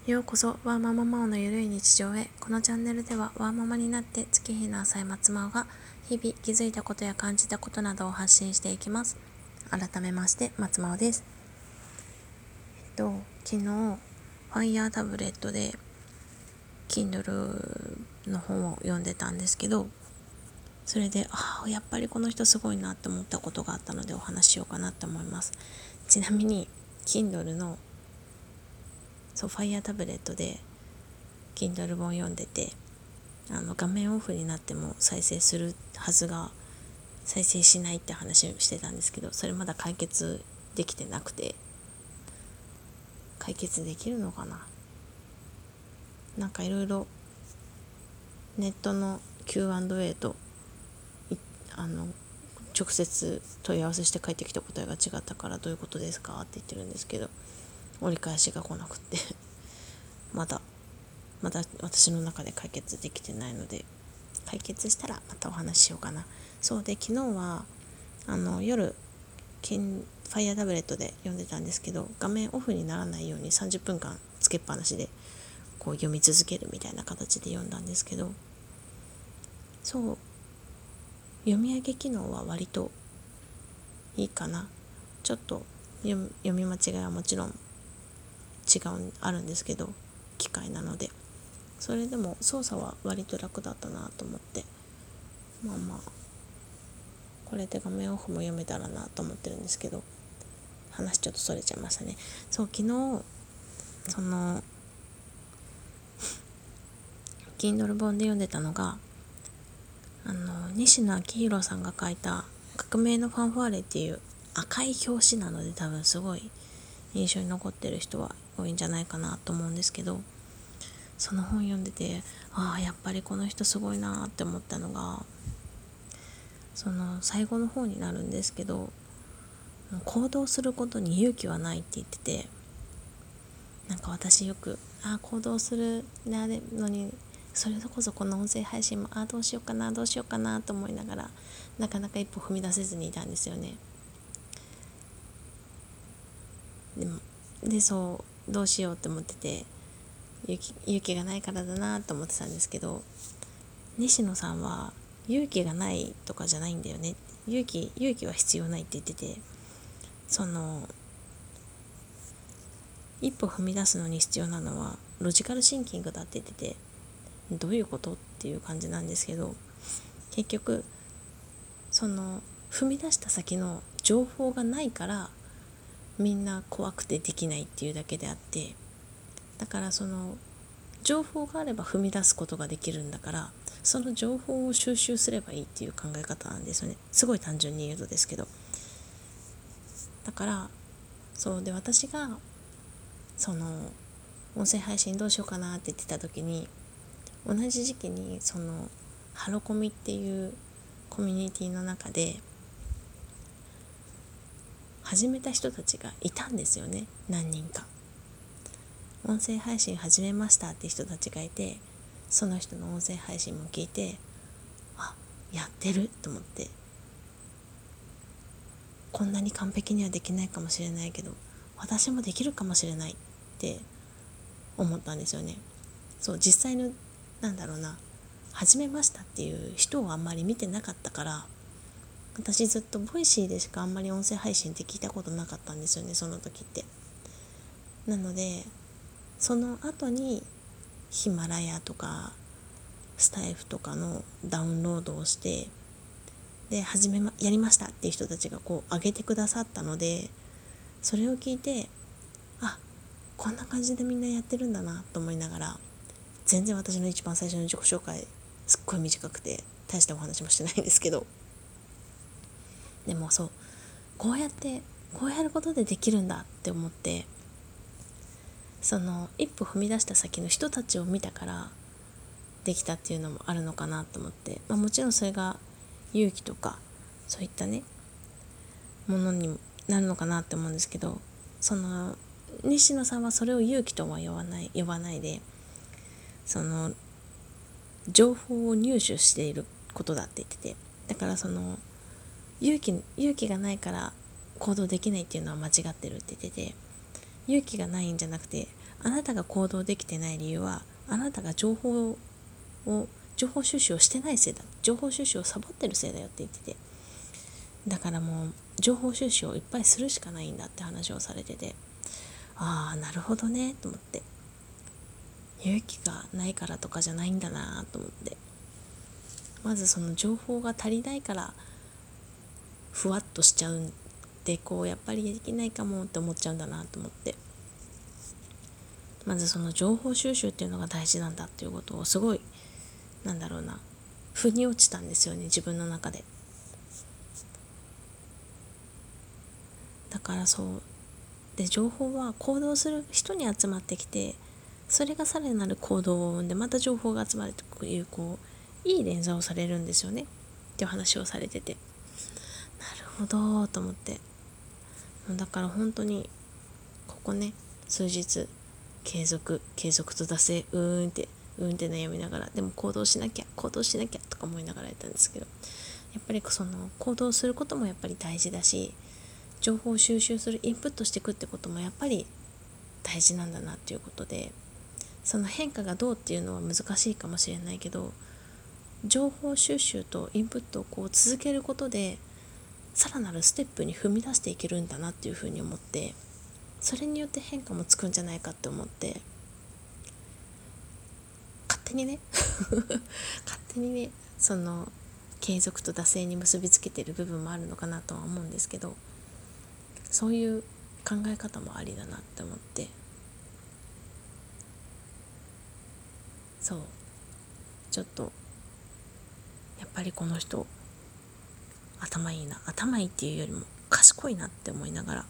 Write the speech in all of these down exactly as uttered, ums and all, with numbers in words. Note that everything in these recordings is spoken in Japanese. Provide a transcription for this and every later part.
ようこそワーマママオのゆるい日常へ。このチャンネルではワーママになって月日の浅い松真央が日々気づいたことや感じたことなどを発信していきます。改めまして松真央です。えっと昨日ファイヤータブレットで Kindle の本を読んでたんですけど、それでああやっぱりこの人すごいなって思ったことがあったのでお話ししようかなって思います。ちなみに Kindle のそうファイヤータブレットで Kindle 本読んでて、あの画面オフになっても再生するはずが再生しないって話をしてたんですけど、それまだ解決できてなくて、解決できるのかな。なんかいろいろネットの キューアンドエー とあの直接問い合わせして返ってきた答えが違ったから、どういうことですかって言ってるんですけど、折り返しが来なくってまだまだ私の中で解決できてないので、解決したらまたお話ししようかな。そうで、昨日はあの夜キンファイヤータブレットで読んでたんですけど、画面オフにならないようにさんじゅっぷんかんつけっぱなしでこう読み続けるみたいな形で読んだんですけど、そう読み上げ機能は割といいかな。ちょっと読み読み間違いはもちろん違うあるんですけど、機械なのでそれでも操作は割と楽だったなと思って、まあまあこれで画面オフも読めたらなと思ってるんですけど、話ちょっとそれちゃいましたね。そう昨日その Kindle 本で読んでたのが、あの西野昭弘さんが書いた革命のファンファーレっていう赤い表紙なので、多分すごい印象に残ってる人は多いんじゃないかなと思うんですけど、その本読んでて、ああやっぱりこの人すごいなって思ったのが、その最後の方になるんですけど、行動することに勇気はないって言ってて、なんか私よくあ行動するのに、それこそこの音声配信もあどうしようかなどうしようかなと思いながら、なかなか一歩踏み出せずにいたんですよね。でもでそうどうしようって思ってて、勇気勇気がないからだなと思ってたんですけど、西野さんは勇気がないとかじゃないんだよね、勇気勇気は必要ないって言ってて、その一歩踏み出すのに必要なのはロジカルシンキングだって言ってて、どういうことっていう感じなんですけど、結局その踏み出した先の情報がないからみんな怖くてできないっていうだけであって、だからその情報があれば踏み出すことができるんだから、その情報を収集すればいいっていう考え方なんですよね。すごい単純に言うとですけど、だからそうで、私がその音声配信どうしようかなって言ってた時に、同じ時期にそのハロコミっていうコミュニティの中で始めた人たちがいたんですよね。何人か音声配信始めましたって人たちがいて、その人の音声配信も聞いて、あやってると思って、こんなに完璧にはできないかもしれないけど私もできるかもしれないって思ったんですよね。そう実際のなんだろうな、始めましたっていう人をあんまり見てなかったから、私ずっとボイシーでしかあんまり音声配信って聞いたことなかったんですよね、その時って。なのでその後にヒマラヤとかスタイフとかのダウンロードをして、で始め、ま、やりましたっていう人たちがこう上げてくださったので、それを聞いて、あこんな感じでみんなやってるんだなと思いながら、全然私の一番最初の自己紹介すっごい短くて大したお話もしてないんですけど、でもそうこうやってこうやることでできるんだって思って、その一歩踏み出した先の人たちを見たからできたっていうのもあるのかなと思って、まあ、もちろんそれが勇気とかそういったねものになるのかなって思うんですけど、その西野さんはそれを勇気とは呼ばない呼ばないで、その情報を入手していることだって言ってて、だからその勇気勇気がないから行動できないっていうのは間違ってるって言ってて、勇気がないんじゃなくてあなたが行動できてない理由はあなたが情報を情報収集をしてないせいだ、情報収集をサボってるせいだよって言ってて、だからもう情報収集をいっぱいするしかないんだって話をされてて、ああなるほどねと思って、勇気がないからとかじゃないんだなと思って、まずその情報が足りないからふわっとしちゃうんで、こうやっぱりできないかもって思っちゃうんだなと思って、まずその情報収集っていうのが大事なんだっていうことをすごいなんだろうな腑に落ちたんですよね、自分の中で。だからそうで、情報は行動する人に集まってきて、それがさらなる行動を生んでまた情報が集まるというこういい連鎖をされるんですよねっていう話をされてて、なるほどと思って、だから本当にここね数日継続継続と惰性うーんってうーんって悩みながら、でも行動しなきゃ行動しなきゃとか思いながらやったんですけど、やっぱりその行動することもやっぱり大事だし、情報を収集するインプットしていくってこともやっぱり大事なんだなっていうことで、その変化がどうっていうのは難しいかもしれないけど、情報収集とインプットをこう続けることでさらなるステップに踏み出していけるんだなっていうふうに思って、それによって変化もつくんじゃないかって思って、勝手にね勝手にねその継続と惰性に結びつけている部分もあるのかなとは思うんですけど、そういう考え方もありだなって思って、そうちょっとやっぱりこの人頭いいな、頭いいっていうよりも賢いなって思いながら、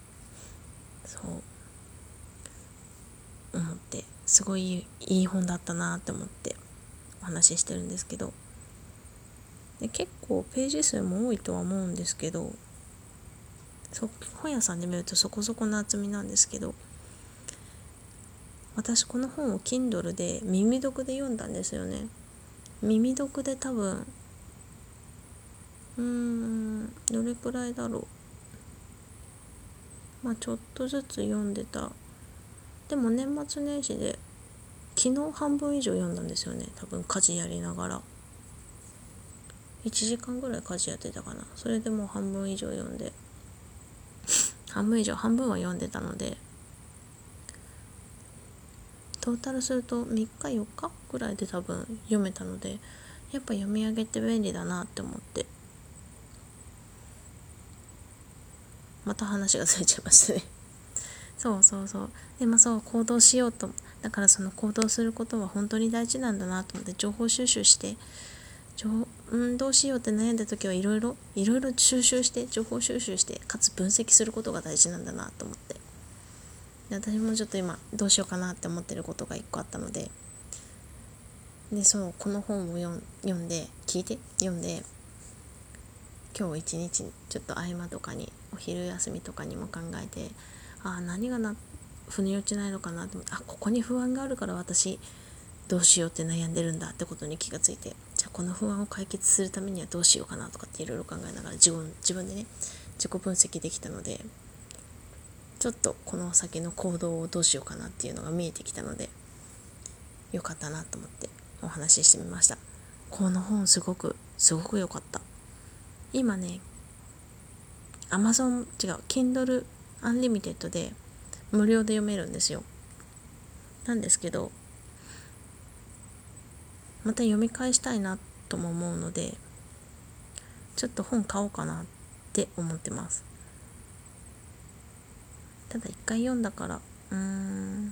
そう思って、すごいいい本だったなって思ってお話ししてるんですけど、で結構ページ数も多いとは思うんですけど、そう本屋さんで見るとそこそこの厚みなんですけど、私この本を Kindle で耳読で読んだんですよね。耳読で多分うーんどれくらいだろう、まあちょっとずつ読んでた。でも年末年始で昨日半分以上読んだんですよね、多分家事やりながら。いちじかんぐらい家事やってたかな。それでもう半分以上読んで半分以上半分は読んでたので、トータルするとみっかよっかぐらいで多分読めたので、やっぱ読み上げって便利だなって思って、また話がずれちゃいましたねそうそうそうでもそう行動しようと、だからその行動することは本当に大事なんだなと思って、情報収集して情うんどうしようって悩んだ時はいろいろいろいろ収集して情報収集してかつ分析することが大事なんだなと思って、で私もちょっと今どうしようかなって思ってることがいっこあったので、でそうこの本を読んで聞いて読んで、今日一日ちょっと合間とかにお昼休みとかにも考えて、あ何がな腑に落ちないのかなと思って、あここに不安があるから私どうしようって悩んでるんだってことに気がついて、じゃあこの不安を解決するためにはどうしようかなとかっていろいろ考えながら自分自分でね自己分析できたので、ちょっとこの先の行動をどうしようかなっていうのが見えてきたのでよかったなと思ってお話ししてみました。この本すごくすごく良かった。今ね Amazon 違う Kindle Unlimited で無料で読めるんですよ。なんですけどまた読み返したいなとも思うので、ちょっと本買おうかなって思ってます。ただ一回読んだからうーん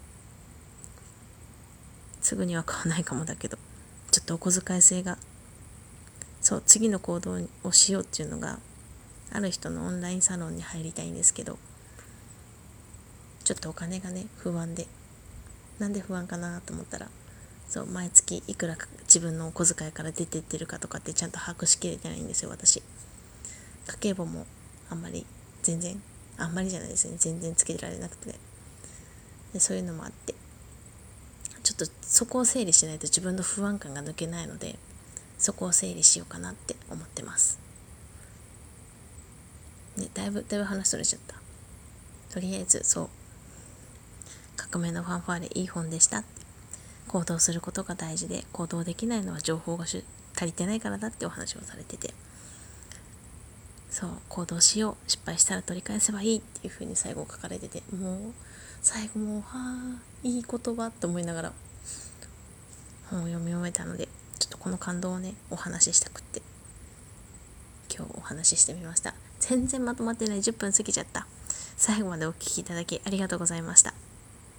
すぐには買わないかもだけど、ちょっとお小遣い制が、そう次の行動をしようっていうのがある人のオンラインサロンに入りたいんですけど、ちょっとお金がね不安で、なんで不安かなと思ったら、そう毎月いくらか自分のお小遣いから出てってるかとかってちゃんと把握しきれてないんですよ私。家計簿もあんまり全然あんまりじゃないですね全然つけられなくて、でそういうのもあってちょっとそこを整理しないと自分の不安感が抜けないので、そこを整理しようかなって思ってます、ね、だいぶだいぶ話それちゃった。とりあえずそう革命のファンファーレいい本でした。行動することが大事で、行動できないのは情報が足りてないからだってお話をされてて、そう行動しよう、失敗したら取り返せばいいっていう風に最後書かれてて、もう最後もうはあいい言葉って思いながら本を読み終えたので、ちょっとこの感動をねお話ししたくって今日お話ししてみました。全然まとまってない、じゅっぷん過ぎちゃった。最後までお聞きいただきありがとうございました。